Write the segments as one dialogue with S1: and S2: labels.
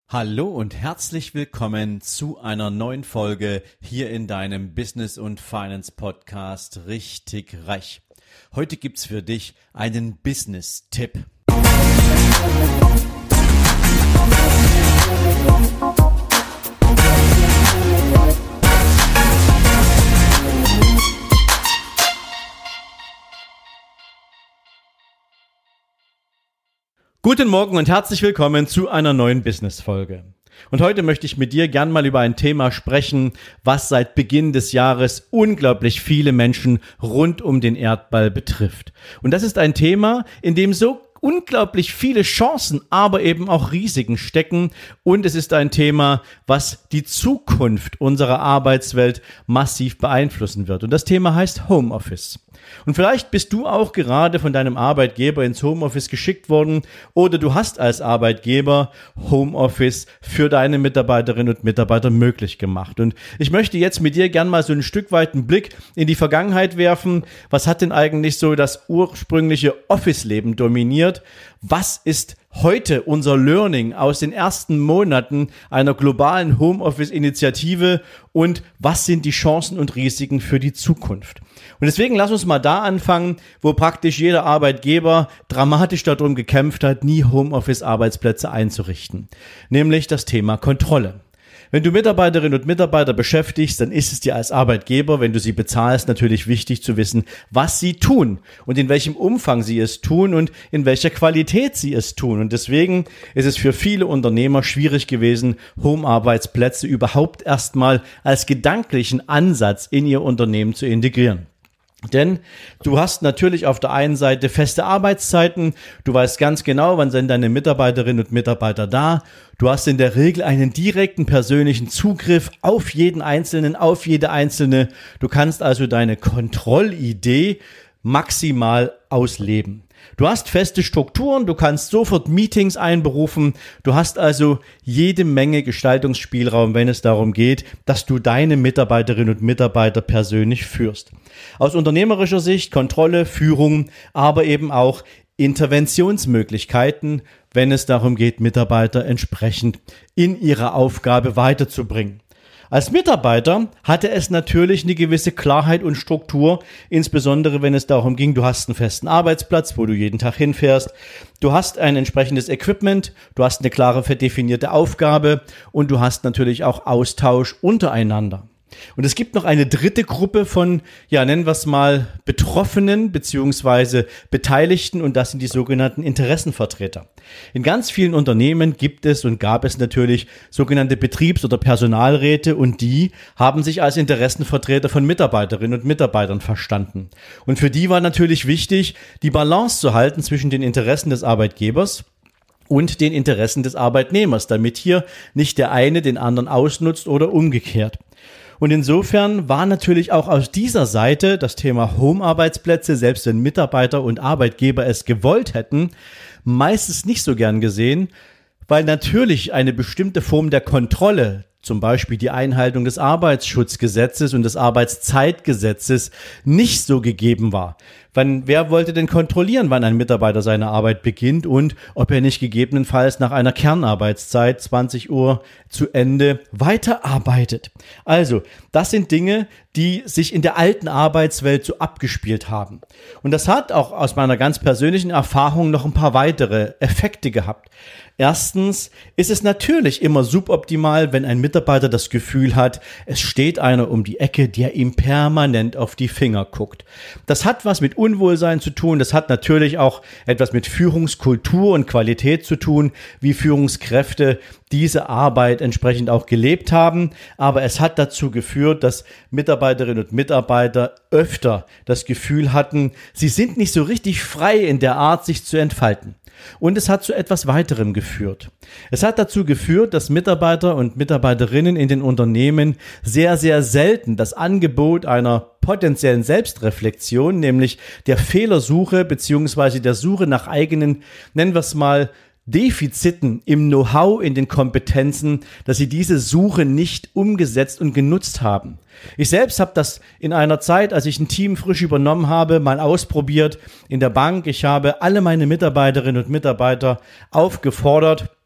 S1: Hallo und herzlich willkommen zu einer neuen Folge hier in deinem Business und Finance Podcast Richtig Reich. Heute gibt's für dich einen Business-Tipp. Guten Morgen und herzlich willkommen zu einer neuen Business-Folge. Und heute möchte ich mit dir gern mal über ein Thema sprechen, was seit Beginn des Jahres unglaublich viele Menschen rund um den Erdball betrifft. Und das ist ein Thema, in dem so unglaublich viele Chancen, aber eben auch Risiken stecken. Und es ist ein Thema, was die Zukunft unserer Arbeitswelt massiv beeinflussen wird. Und das Thema heißt Homeoffice. Und vielleicht bist du auch gerade von deinem Arbeitgeber ins Homeoffice geschickt worden oder du hast als Arbeitgeber Homeoffice für deine Mitarbeiterinnen und Mitarbeiter möglich gemacht. Und ich möchte jetzt mit dir gern mal so ein Stück weit einen Blick in die Vergangenheit werfen. Was hat denn eigentlich so das ursprüngliche Office-Leben dominiert? Was ist heute unser Learning aus den ersten Monaten einer globalen Homeoffice-Initiative und was sind die Chancen und Risiken für die Zukunft? Und deswegen lass uns mal da anfangen, wo praktisch jeder Arbeitgeber dramatisch darum gekämpft hat, nie Homeoffice-Arbeitsplätze einzurichten, nämlich das Thema Kontrolle. Wenn du Mitarbeiterinnen und Mitarbeiter beschäftigst, dann ist es dir als Arbeitgeber, wenn du sie bezahlst, natürlich wichtig zu wissen, was sie tun und in welchem Umfang sie es tun und in welcher Qualität sie es tun. Und deswegen ist es für viele Unternehmer schwierig gewesen, Home-Arbeitsplätze überhaupt erstmal als gedanklichen Ansatz in ihr Unternehmen zu integrieren. Denn du hast natürlich auf der einen Seite feste Arbeitszeiten, du weißt ganz genau, wann sind deine Mitarbeiterinnen und Mitarbeiter da, du hast in der Regel einen direkten persönlichen Zugriff auf jeden Einzelnen, auf jede Einzelne, du kannst also deine Kontrollidee maximal ausleben. Du hast feste Strukturen, du kannst sofort Meetings einberufen, du hast also jede Menge Gestaltungsspielraum, wenn es darum geht, dass du deine Mitarbeiterinnen und Mitarbeiter persönlich führst. Aus unternehmerischer Sicht Kontrolle, Führung, aber eben auch Interventionsmöglichkeiten, wenn es darum geht, Mitarbeiter entsprechend in ihrer Aufgabe weiterzubringen. Als Mitarbeiter hatte es natürlich eine gewisse Klarheit und Struktur, insbesondere wenn es darum ging, du hast einen festen Arbeitsplatz, wo du jeden Tag hinfährst, du hast ein entsprechendes Equipment, du hast eine klare definierte Aufgabe und du hast natürlich auch Austausch untereinander. Und es gibt noch eine dritte Gruppe von, nennen wir es mal, Betroffenen bzw. Beteiligten und das sind die sogenannten Interessenvertreter. In ganz vielen Unternehmen gibt es und gab es natürlich sogenannte Betriebs- oder Personalräte und die haben sich als Interessenvertreter von Mitarbeiterinnen und Mitarbeitern verstanden. Und für die war natürlich wichtig, die Balance zu halten zwischen den Interessen des Arbeitgebers und den Interessen des Arbeitnehmers, damit hier nicht der eine den anderen ausnutzt oder umgekehrt. Und insofern war natürlich auch aus dieser Seite das Thema Home-Arbeitsplätze, selbst wenn Mitarbeiter und Arbeitgeber es gewollt hätten, meistens nicht so gern gesehen, weil natürlich eine bestimmte Form der Kontrolle, zum Beispiel die Einhaltung des Arbeitsschutzgesetzes und des Arbeitszeitgesetzes, nicht so gegeben war. Wer wollte denn kontrollieren, wann ein Mitarbeiter seine Arbeit beginnt und ob er nicht gegebenenfalls nach einer Kernarbeitszeit 20 Uhr zu Ende weiterarbeitet? Also, das sind Dinge, die sich in der alten Arbeitswelt so abgespielt haben. Und das hat auch aus meiner ganz persönlichen Erfahrung noch ein paar weitere Effekte gehabt. Erstens ist es natürlich immer suboptimal, wenn ein Mitarbeiter das Gefühl hat, es steht einer um die Ecke, der ihm permanent auf die Finger guckt. Das hat was mit Unwohlsein zu tun, das hat natürlich auch etwas mit Führungskultur und Qualität zu tun, wie Führungskräfte diese Arbeit entsprechend auch gelebt haben, aber es hat dazu geführt, dass Mitarbeiterinnen und Mitarbeiter öfter das Gefühl hatten, sie sind nicht so richtig frei in der Art, sich zu entfalten. Und es hat zu etwas weiterem geführt. Es hat dazu geführt, dass Mitarbeiter und Mitarbeiterinnen in den Unternehmen sehr, sehr selten das Angebot einer potenziellen Selbstreflexion, nämlich der Fehlersuche beziehungsweise der Suche nach eigenen, nennen wir es mal, Defiziten im Know-how, in den Kompetenzen, dass sie diese Suche nicht umgesetzt und genutzt haben. Ich selbst habe das in einer Zeit, als ich ein Team frisch übernommen habe, mal ausprobiert in der Bank. Ich habe alle meine Mitarbeiterinnen und Mitarbeiter aufgefordert,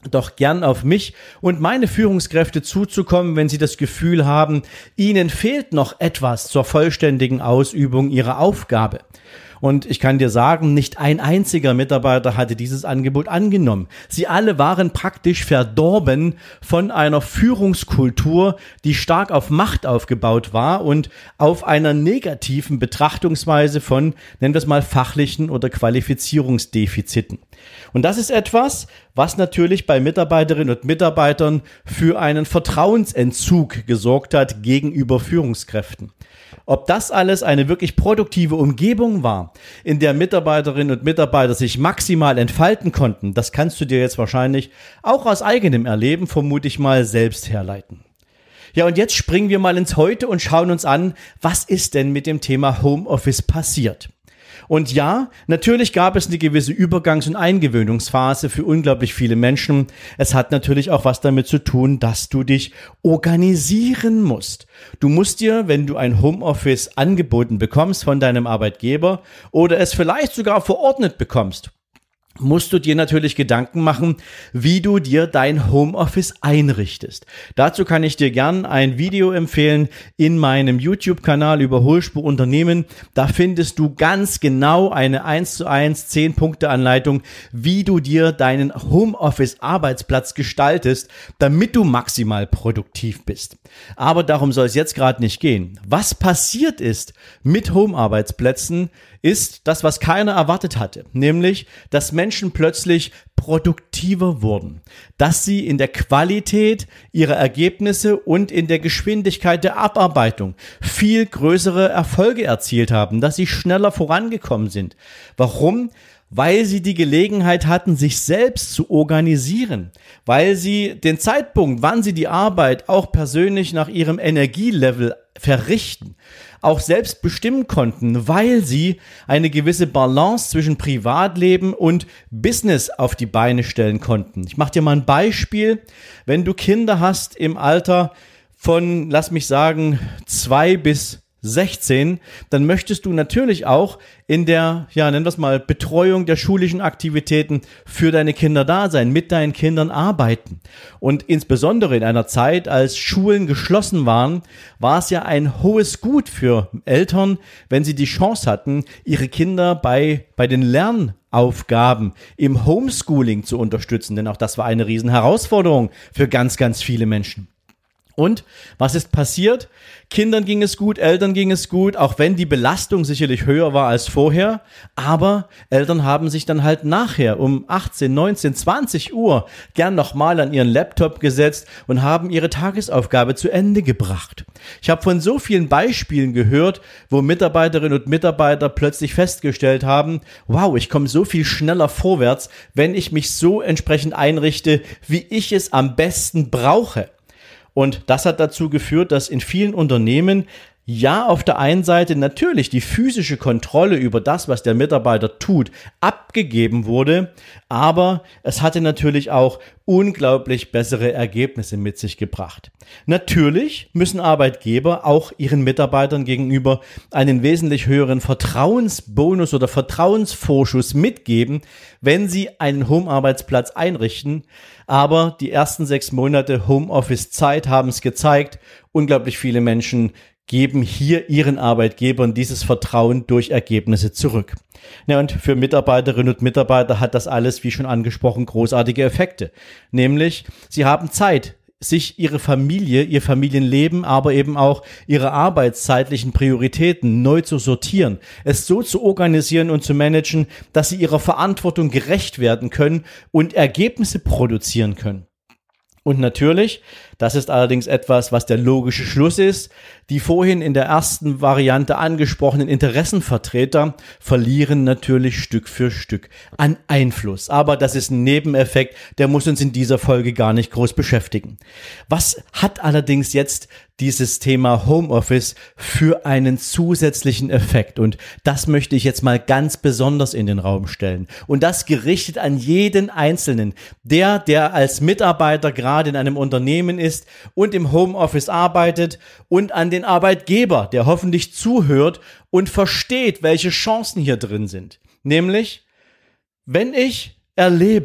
S1: doch gern auf mich und meine Führungskräfte zuzukommen, wenn sie das Gefühl haben, ihnen fehlt noch etwas zur vollständigen Ausübung ihrer Aufgabe. Und ich kann dir sagen, nicht ein einziger Mitarbeiter hatte dieses Angebot angenommen. Sie alle waren praktisch verdorben von einer Führungskultur, die stark auf Macht aufgebaut war und auf einer negativen Betrachtungsweise von, nennen wir es mal, fachlichen oder Qualifizierungsdefiziten. Und das ist etwas, was natürlich bei Mitarbeiterinnen und Mitarbeitern für einen Vertrauensentzug gesorgt hat gegenüber Führungskräften. Ob das alles eine wirklich produktive Umgebung war, in der Mitarbeiterinnen und Mitarbeiter sich maximal entfalten konnten, das kannst du dir jetzt wahrscheinlich auch aus eigenem Erleben vermute ich mal selbst herleiten. Ja, und jetzt springen wir mal ins Heute und schauen uns an, was ist denn mit dem Thema Homeoffice passiert? Und ja, natürlich gab es eine gewisse Übergangs- und Eingewöhnungsphase für unglaublich viele Menschen. Es hat natürlich auch was damit zu tun, dass du dich organisieren musst. Du musst dir, wenn du ein Homeoffice angeboten bekommst von deinem Arbeitgeber oder es vielleicht sogar verordnet bekommst, musst du dir natürlich Gedanken machen, wie du dir dein Homeoffice einrichtest. Dazu kann ich dir gern ein Video empfehlen in meinem YouTube-Kanal Überholspur Unternehmen. Da findest du ganz genau eine 1:1 10-Punkte-Anleitung, wie du dir deinen Homeoffice-Arbeitsplatz gestaltest, damit du maximal produktiv bist. Aber darum soll es jetzt gerade nicht gehen. Was passiert ist mit Home-Arbeitsplätzen, ist das, was keiner erwartet hatte, nämlich, dass Menschen plötzlich produktiver wurden, dass sie in der Qualität ihrer Ergebnisse und in der Geschwindigkeit der Abarbeitung viel größere Erfolge erzielt haben, dass sie schneller vorangekommen sind. Warum? Weil sie die Gelegenheit hatten, sich selbst zu organisieren, weil sie den Zeitpunkt, wann sie die Arbeit auch persönlich nach ihrem Energielevel verrichten, auch selbst bestimmen konnten, weil sie eine gewisse Balance zwischen Privatleben und Business auf die Beine stellen konnten. Ich mache dir mal ein Beispiel. Wenn du Kinder hast im Alter von, lass mich sagen, 2 bis 16, dann möchtest du natürlich auch in der, nennen wir es mal, Betreuung der schulischen Aktivitäten für deine Kinder da sein, mit deinen Kindern arbeiten. Und insbesondere in einer Zeit, als Schulen geschlossen waren, war es ja ein hohes Gut für Eltern, wenn sie die Chance hatten, ihre Kinder bei den Lernaufgaben im Homeschooling zu unterstützen, denn auch das war eine Riesenherausforderung für ganz, ganz viele Menschen. Und was ist passiert? Kindern ging es gut, Eltern ging es gut, auch wenn die Belastung sicherlich höher war als vorher. Aber Eltern haben sich dann halt nachher um 18, 19, 20 Uhr gern nochmal an ihren Laptop gesetzt und haben ihre Tagesaufgabe zu Ende gebracht. Ich habe von so vielen Beispielen gehört, wo Mitarbeiterinnen und Mitarbeiter plötzlich festgestellt haben, wow, ich komme so viel schneller vorwärts, wenn ich mich so entsprechend einrichte, wie ich es am besten brauche. Und das hat dazu geführt, dass in vielen Unternehmen auf der einen Seite natürlich die physische Kontrolle über das, was der Mitarbeiter tut, abgegeben wurde, aber es hatte natürlich auch unglaublich bessere Ergebnisse mit sich gebracht. Natürlich müssen Arbeitgeber auch ihren Mitarbeitern gegenüber einen wesentlich höheren Vertrauensbonus oder Vertrauensvorschuss mitgeben, wenn sie einen Home-Arbeitsplatz einrichten. Aber die ersten 6 Monate Homeoffice-Zeit haben es gezeigt, unglaublich viele Menschen geben hier ihren Arbeitgebern dieses Vertrauen durch Ergebnisse zurück. Ja, und für Mitarbeiterinnen und Mitarbeiter hat das alles, wie schon angesprochen, großartige Effekte. Nämlich, sie haben Zeit, sich ihre Familie, ihr Familienleben, aber eben auch ihre arbeitszeitlichen Prioritäten neu zu sortieren, es so zu organisieren und zu managen, dass sie ihrer Verantwortung gerecht werden können und Ergebnisse produzieren können. Und natürlich, das ist allerdings etwas, was der logische Schluss ist, die vorhin in der ersten Variante angesprochenen Interessenvertreter verlieren natürlich Stück für Stück an Einfluss. Aber das ist ein Nebeneffekt, der muss uns in dieser Folge gar nicht groß beschäftigen. Was hat allerdings jetzt dieses Thema Homeoffice für einen zusätzlichen Effekt? Und das möchte ich jetzt mal ganz besonders in den Raum stellen. Und das gerichtet an jeden Einzelnen, der als Mitarbeiter gerade in einem Unternehmen ist und im Homeoffice arbeitet, und an den Arbeitgeber, der hoffentlich zuhört und versteht, welche Chancen hier drin sind. Nämlich, wenn ich erlebe,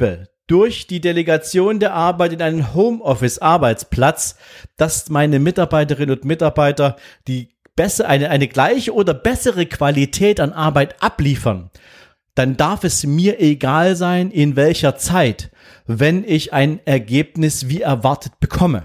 S1: durch die Delegation der Arbeit in einen Homeoffice-Arbeitsplatz, dass meine Mitarbeiterinnen und Mitarbeiter eine gleiche oder bessere Qualität an Arbeit abliefern, dann darf es mir egal sein, in welcher Zeit, wenn ich ein Ergebnis wie erwartet bekomme.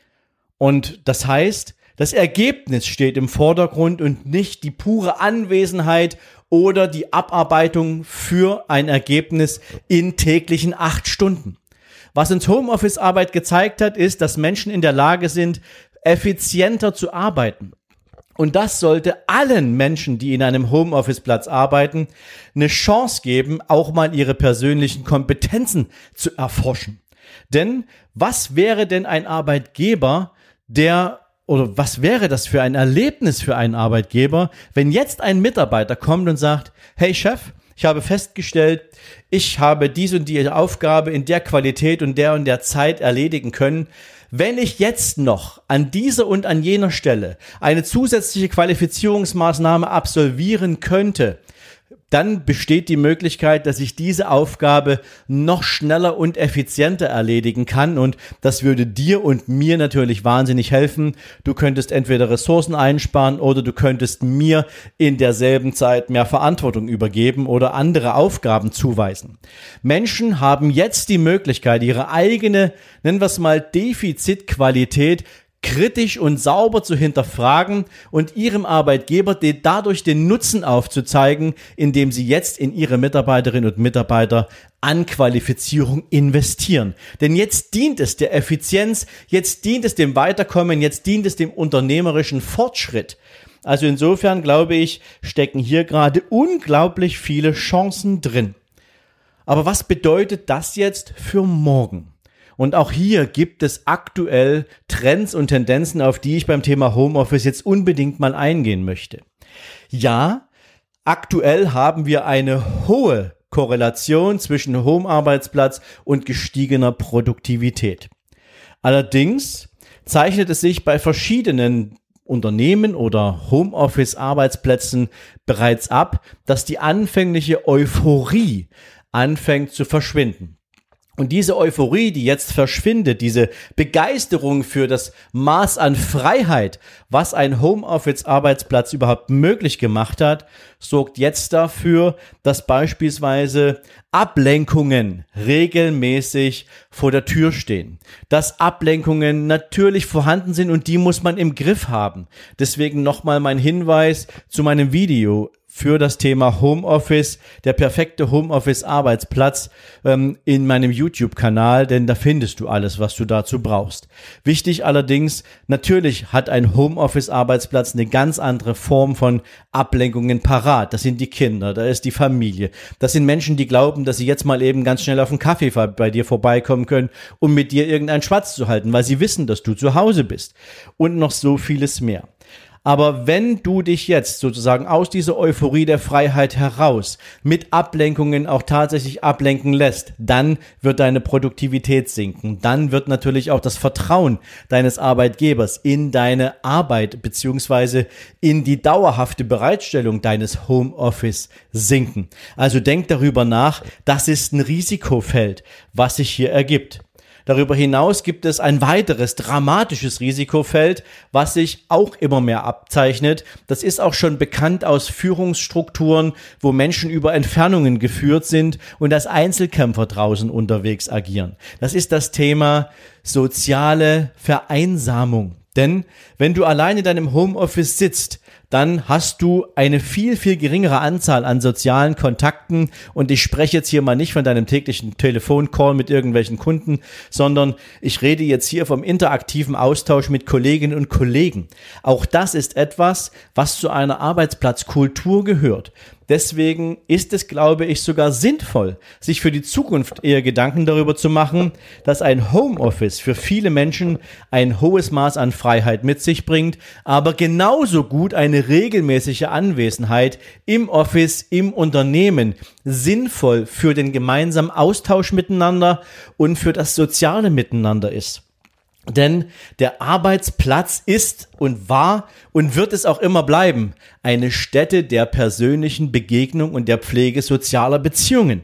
S1: Und das heißt, das Ergebnis steht im Vordergrund und nicht die pure Anwesenheit oder die Abarbeitung für ein Ergebnis in täglichen 8 Stunden. Was uns Homeoffice-Arbeit gezeigt hat, ist, dass Menschen in der Lage sind, effizienter zu arbeiten. Und das sollte allen Menschen, die in einem Homeoffice-Platz arbeiten, eine Chance geben, auch mal ihre persönlichen Kompetenzen zu erforschen. Denn was wäre denn ein Arbeitgeber, oder was wäre das für ein Erlebnis für einen Arbeitgeber, wenn jetzt ein Mitarbeiter kommt und sagt, hey Chef, ich habe festgestellt, ich habe dies und die Aufgabe in der Qualität und der Zeit erledigen können. Wenn ich jetzt noch an dieser und an jener Stelle eine zusätzliche Qualifizierungsmaßnahme absolvieren könnte, dann besteht die Möglichkeit, dass ich diese Aufgabe noch schneller und effizienter erledigen kann, und das würde dir und mir natürlich wahnsinnig helfen. Du könntest entweder Ressourcen einsparen oder du könntest mir in derselben Zeit mehr Verantwortung übergeben oder andere Aufgaben zuweisen. Menschen haben jetzt die Möglichkeit, ihre eigene, nennen wir es mal, Defizitqualität kritisch und sauber zu hinterfragen und ihrem Arbeitgeber dadurch den Nutzen aufzuzeigen, indem sie jetzt in ihre Mitarbeiterinnen und Mitarbeiter an Qualifizierung investieren. Denn jetzt dient es der Effizienz, jetzt dient es dem Weiterkommen, jetzt dient es dem unternehmerischen Fortschritt. Also insofern, glaube ich, stecken hier gerade unglaublich viele Chancen drin. Aber was bedeutet das jetzt für morgen? Und auch hier gibt es aktuell Trends und Tendenzen, auf die ich beim Thema Homeoffice jetzt unbedingt mal eingehen möchte. Ja, aktuell haben wir eine hohe Korrelation zwischen Home-Arbeitsplatz und gestiegener Produktivität. Allerdings zeichnet es sich bei verschiedenen Unternehmen oder Homeoffice-Arbeitsplätzen bereits ab, dass die anfängliche Euphorie anfängt zu verschwinden. Und diese Euphorie, die jetzt verschwindet, diese Begeisterung für das Maß an Freiheit, was ein Homeoffice-Arbeitsplatz überhaupt möglich gemacht hat, sorgt jetzt dafür, dass beispielsweise Ablenkungen regelmäßig vor der Tür stehen. Dass Ablenkungen natürlich vorhanden sind und die muss man im Griff haben. Deswegen nochmal mein Hinweis zu meinem Video für das Thema Homeoffice, der perfekte Homeoffice-Arbeitsplatz in meinem YouTube-Kanal, denn da findest du alles, was du dazu brauchst. Wichtig allerdings, natürlich hat ein Homeoffice-Arbeitsplatz eine ganz andere Form von Ablenkungen parat. Das sind die Kinder, da ist die Familie. Das sind Menschen, die glauben, dass sie jetzt mal eben ganz schnell auf einen Kaffee bei dir vorbeikommen können, um mit dir irgendeinen Schwatz zu halten, weil sie wissen, dass du zu Hause bist. Und noch so vieles mehr. Aber wenn du dich jetzt sozusagen aus dieser Euphorie der Freiheit heraus mit Ablenkungen auch tatsächlich ablenken lässt, dann wird deine Produktivität sinken. Dann wird natürlich auch das Vertrauen deines Arbeitgebers in deine Arbeit beziehungsweise in die dauerhafte Bereitstellung deines Homeoffice sinken. Also denk darüber nach, das ist ein Risikofeld, was sich hier ergibt. Darüber hinaus gibt es ein weiteres dramatisches Risikofeld, was sich auch immer mehr abzeichnet. Das ist auch schon bekannt aus Führungsstrukturen, wo Menschen über Entfernungen geführt sind und als Einzelkämpfer draußen unterwegs agieren. Das ist das Thema soziale Vereinsamung. Denn wenn du allein in deinem Homeoffice sitzt, dann hast du eine viel, viel geringere Anzahl an sozialen Kontakten, und ich spreche jetzt hier mal nicht von deinem täglichen Telefoncall mit irgendwelchen Kunden, sondern ich rede jetzt hier vom interaktiven Austausch mit Kolleginnen und Kollegen. Auch das ist etwas, was zu einer Arbeitsplatzkultur gehört. Deswegen ist es, glaube ich, sogar sinnvoll, sich für die Zukunft eher Gedanken darüber zu machen, dass ein Homeoffice für viele Menschen ein hohes Maß an Freiheit mit sich bringt, aber genauso gut eine regelmäßige Anwesenheit im Office, im Unternehmen sinnvoll für den gemeinsamen Austausch miteinander und für das soziale Miteinander ist. Denn der Arbeitsplatz ist und war und wird es auch immer bleiben eine Stätte der persönlichen Begegnung und der Pflege sozialer Beziehungen.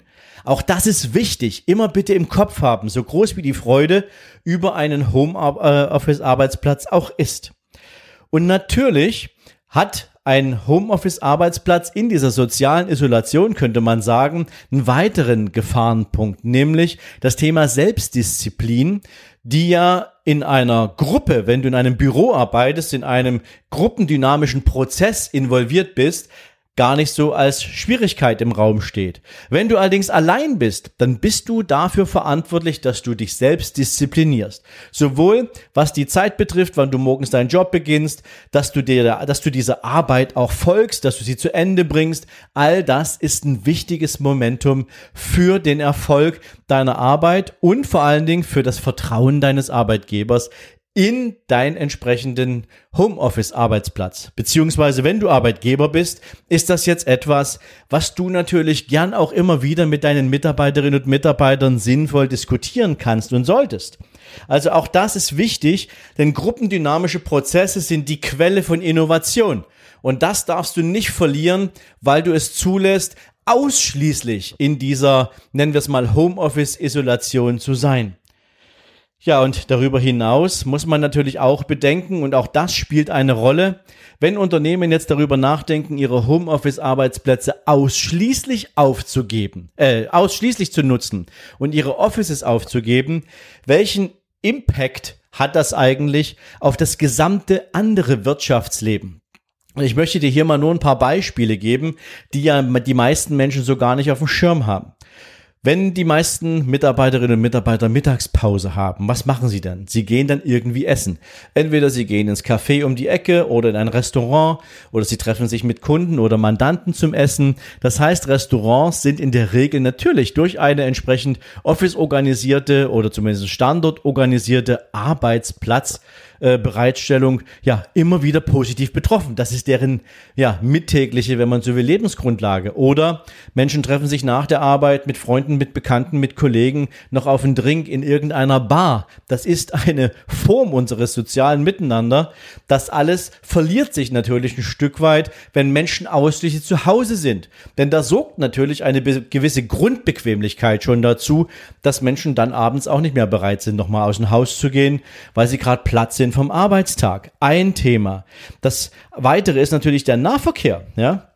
S1: Auch das ist wichtig. Immer bitte im Kopf haben, so groß wie die Freude über einen Homeoffice-Arbeitsplatz auch ist. Und natürlich hat ein Homeoffice-Arbeitsplatz in dieser sozialen Isolation, könnte man sagen, einen weiteren Gefahrenpunkt, nämlich das Thema Selbstdisziplin, die ja in einer Gruppe, wenn du in einem Büro arbeitest, in einem gruppendynamischen Prozess involviert bist, gar nicht so als Schwierigkeit im Raum steht. Wenn du allerdings allein bist, dann bist du dafür verantwortlich, dass du dich selbst disziplinierst. Sowohl was die Zeit betrifft, wann du morgens deinen Job beginnst, dass du dieser Arbeit auch folgst, dass du sie zu Ende bringst. All das ist ein wichtiges Momentum für den Erfolg deiner Arbeit und vor allen Dingen für das Vertrauen deines Arbeitgebers in deinen entsprechenden Homeoffice-Arbeitsplatz. Beziehungsweise, wenn du Arbeitgeber bist, ist das jetzt etwas, was du natürlich gern auch immer wieder mit deinen Mitarbeiterinnen und Mitarbeitern sinnvoll diskutieren kannst und solltest. Also auch das ist wichtig, denn gruppendynamische Prozesse sind die Quelle von Innovation. Und das darfst du nicht verlieren, weil du es zulässt, ausschließlich in dieser, nennen wir es mal, Homeoffice-Isolation zu sein. Ja, und darüber hinaus muss man natürlich auch bedenken, und auch das spielt eine Rolle, wenn Unternehmen jetzt darüber nachdenken, ihre Homeoffice-Arbeitsplätze ausschließlich zu nutzen und ihre Offices aufzugeben, welchen Impact hat das eigentlich auf das gesamte andere Wirtschaftsleben? Und ich möchte dir hier mal nur ein paar Beispiele geben, die ja die meisten Menschen so gar nicht auf dem Schirm haben. Wenn die meisten Mitarbeiterinnen und Mitarbeiter Mittagspause haben, was machen sie dann? Sie gehen dann irgendwie essen. Entweder sie gehen ins Café um die Ecke oder in ein Restaurant oder sie treffen sich mit Kunden oder Mandanten zum Essen. Das heißt, Restaurants sind in der Regel natürlich durch eine entsprechend Office-organisierte oder zumindest standortorganisierte Arbeitsplatzbereitstellung immer wieder positiv betroffen. Das ist deren mittägliche, wenn man so will, Lebensgrundlage. Oder Menschen treffen sich nach der Arbeit mit Freunden, mit Bekannten, mit Kollegen noch auf einen Drink in irgendeiner Bar. Das ist eine Form unseres sozialen Miteinander. Das alles verliert sich natürlich ein Stück weit, wenn Menschen ausschließlich zu Hause sind. Denn da sorgt natürlich eine gewisse Grundbequemlichkeit schon dazu, dass Menschen dann abends auch nicht mehr bereit sind, nochmal aus dem Haus zu gehen, weil sie gerade platt sind vom Arbeitstag. Ein Thema. Das weitere ist natürlich der Nahverkehr, ja.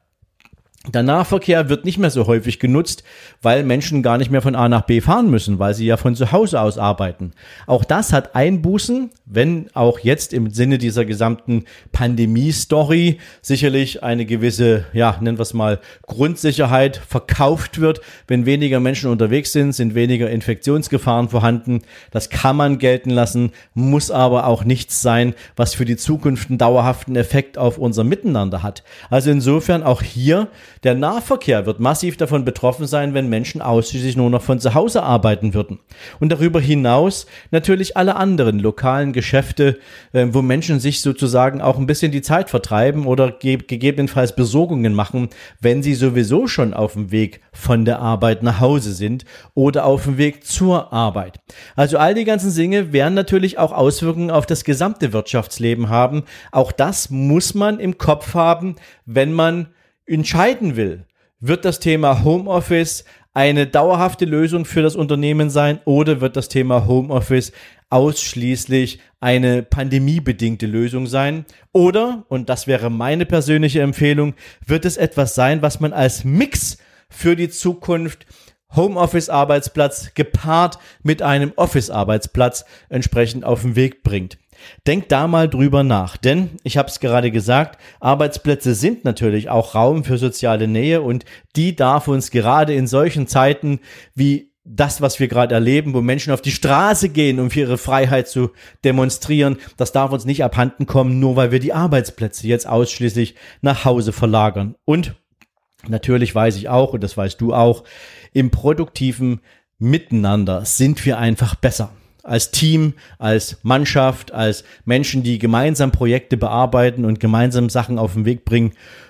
S1: Der Nahverkehr wird nicht mehr so häufig genutzt, weil Menschen gar nicht mehr von A nach B fahren müssen, weil sie ja von zu Hause aus arbeiten. Auch das hat Einbußen, wenn auch jetzt im Sinne dieser gesamten Pandemie-Story sicherlich eine gewisse, nennen wir es mal, Grundsicherheit verkauft wird. Wenn weniger Menschen unterwegs sind weniger Infektionsgefahren vorhanden. Das kann man gelten lassen, muss aber auch nichts sein, was für die Zukunft einen dauerhaften Effekt auf unser Miteinander hat. Also insofern auch hier, der Nahverkehr wird massiv davon betroffen sein, wenn Menschen ausschließlich nur noch von zu Hause arbeiten würden. Und darüber hinaus natürlich alle anderen lokalen Geschäfte, wo Menschen sich sozusagen auch ein bisschen die Zeit vertreiben oder gegebenenfalls Besorgungen machen, wenn sie sowieso schon auf dem Weg von der Arbeit nach Hause sind oder auf dem Weg zur Arbeit. Also all die ganzen Dinge werden natürlich auch Auswirkungen auf das gesamte Wirtschaftsleben haben. Auch das muss man im Kopf haben, wenn man entscheiden will. Wird das Thema Homeoffice eine dauerhafte Lösung für das Unternehmen sein oder wird das Thema Homeoffice ausschließlich eine pandemiebedingte Lösung sein? Oder, und das wäre meine persönliche Empfehlung, wird es etwas sein, was man als Mix für die Zukunft Homeoffice-Arbeitsplatz gepaart mit einem Office-Arbeitsplatz entsprechend auf den Weg bringt? Denk da mal drüber nach, denn ich habe es gerade gesagt, Arbeitsplätze sind natürlich auch Raum für soziale Nähe und die darf uns gerade in solchen Zeiten wie das, was wir gerade erleben, wo Menschen auf die Straße gehen, um für ihre Freiheit zu demonstrieren, das darf uns nicht abhanden kommen, nur weil wir die Arbeitsplätze jetzt ausschließlich nach Hause verlagern. Und natürlich weiß ich auch, und das weißt du auch, im produktiven Miteinander sind wir einfach besser. Als Team, als Mannschaft, als Menschen, die gemeinsam Projekte bearbeiten und gemeinsam Sachen auf den Weg bringen.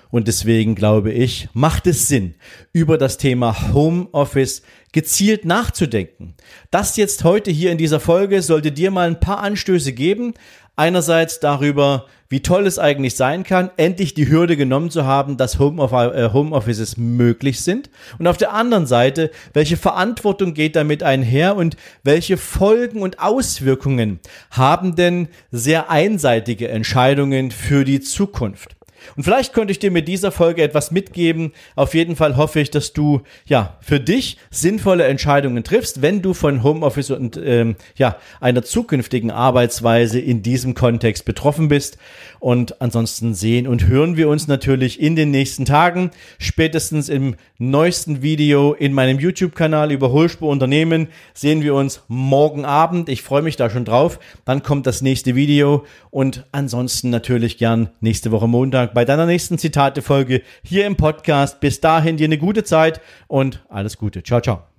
S1: Und deswegen glaube ich, macht es Sinn, über das Thema Homeoffice gezielt nachzudenken. Das jetzt heute hier in dieser Folge sollte dir mal ein paar Anstöße geben. Einerseits darüber, wie toll es eigentlich sein kann, endlich die Hürde genommen zu haben, dass Homeoffices möglich sind. Und auf der anderen Seite, welche Verantwortung geht damit einher und welche Folgen und Auswirkungen haben denn sehr einseitige Entscheidungen für die Zukunft? Und vielleicht konnte ich dir mit dieser Folge etwas mitgeben. Auf jeden Fall hoffe ich, dass du für dich sinnvolle Entscheidungen triffst, wenn du von Homeoffice und einer zukünftigen Arbeitsweise in diesem Kontext betroffen bist. Und ansonsten sehen und hören wir uns natürlich in den nächsten Tagen, spätestens im neuesten Video in meinem YouTube-Kanal Überholspur Unternehmen sehen wir uns morgen Abend. Ich freue mich da schon drauf. Dann kommt das nächste Video und ansonsten natürlich gern nächste Woche Montag bei deiner nächsten Zitate-Folge hier im Podcast. Bis dahin dir eine gute Zeit und alles Gute. Ciao, ciao.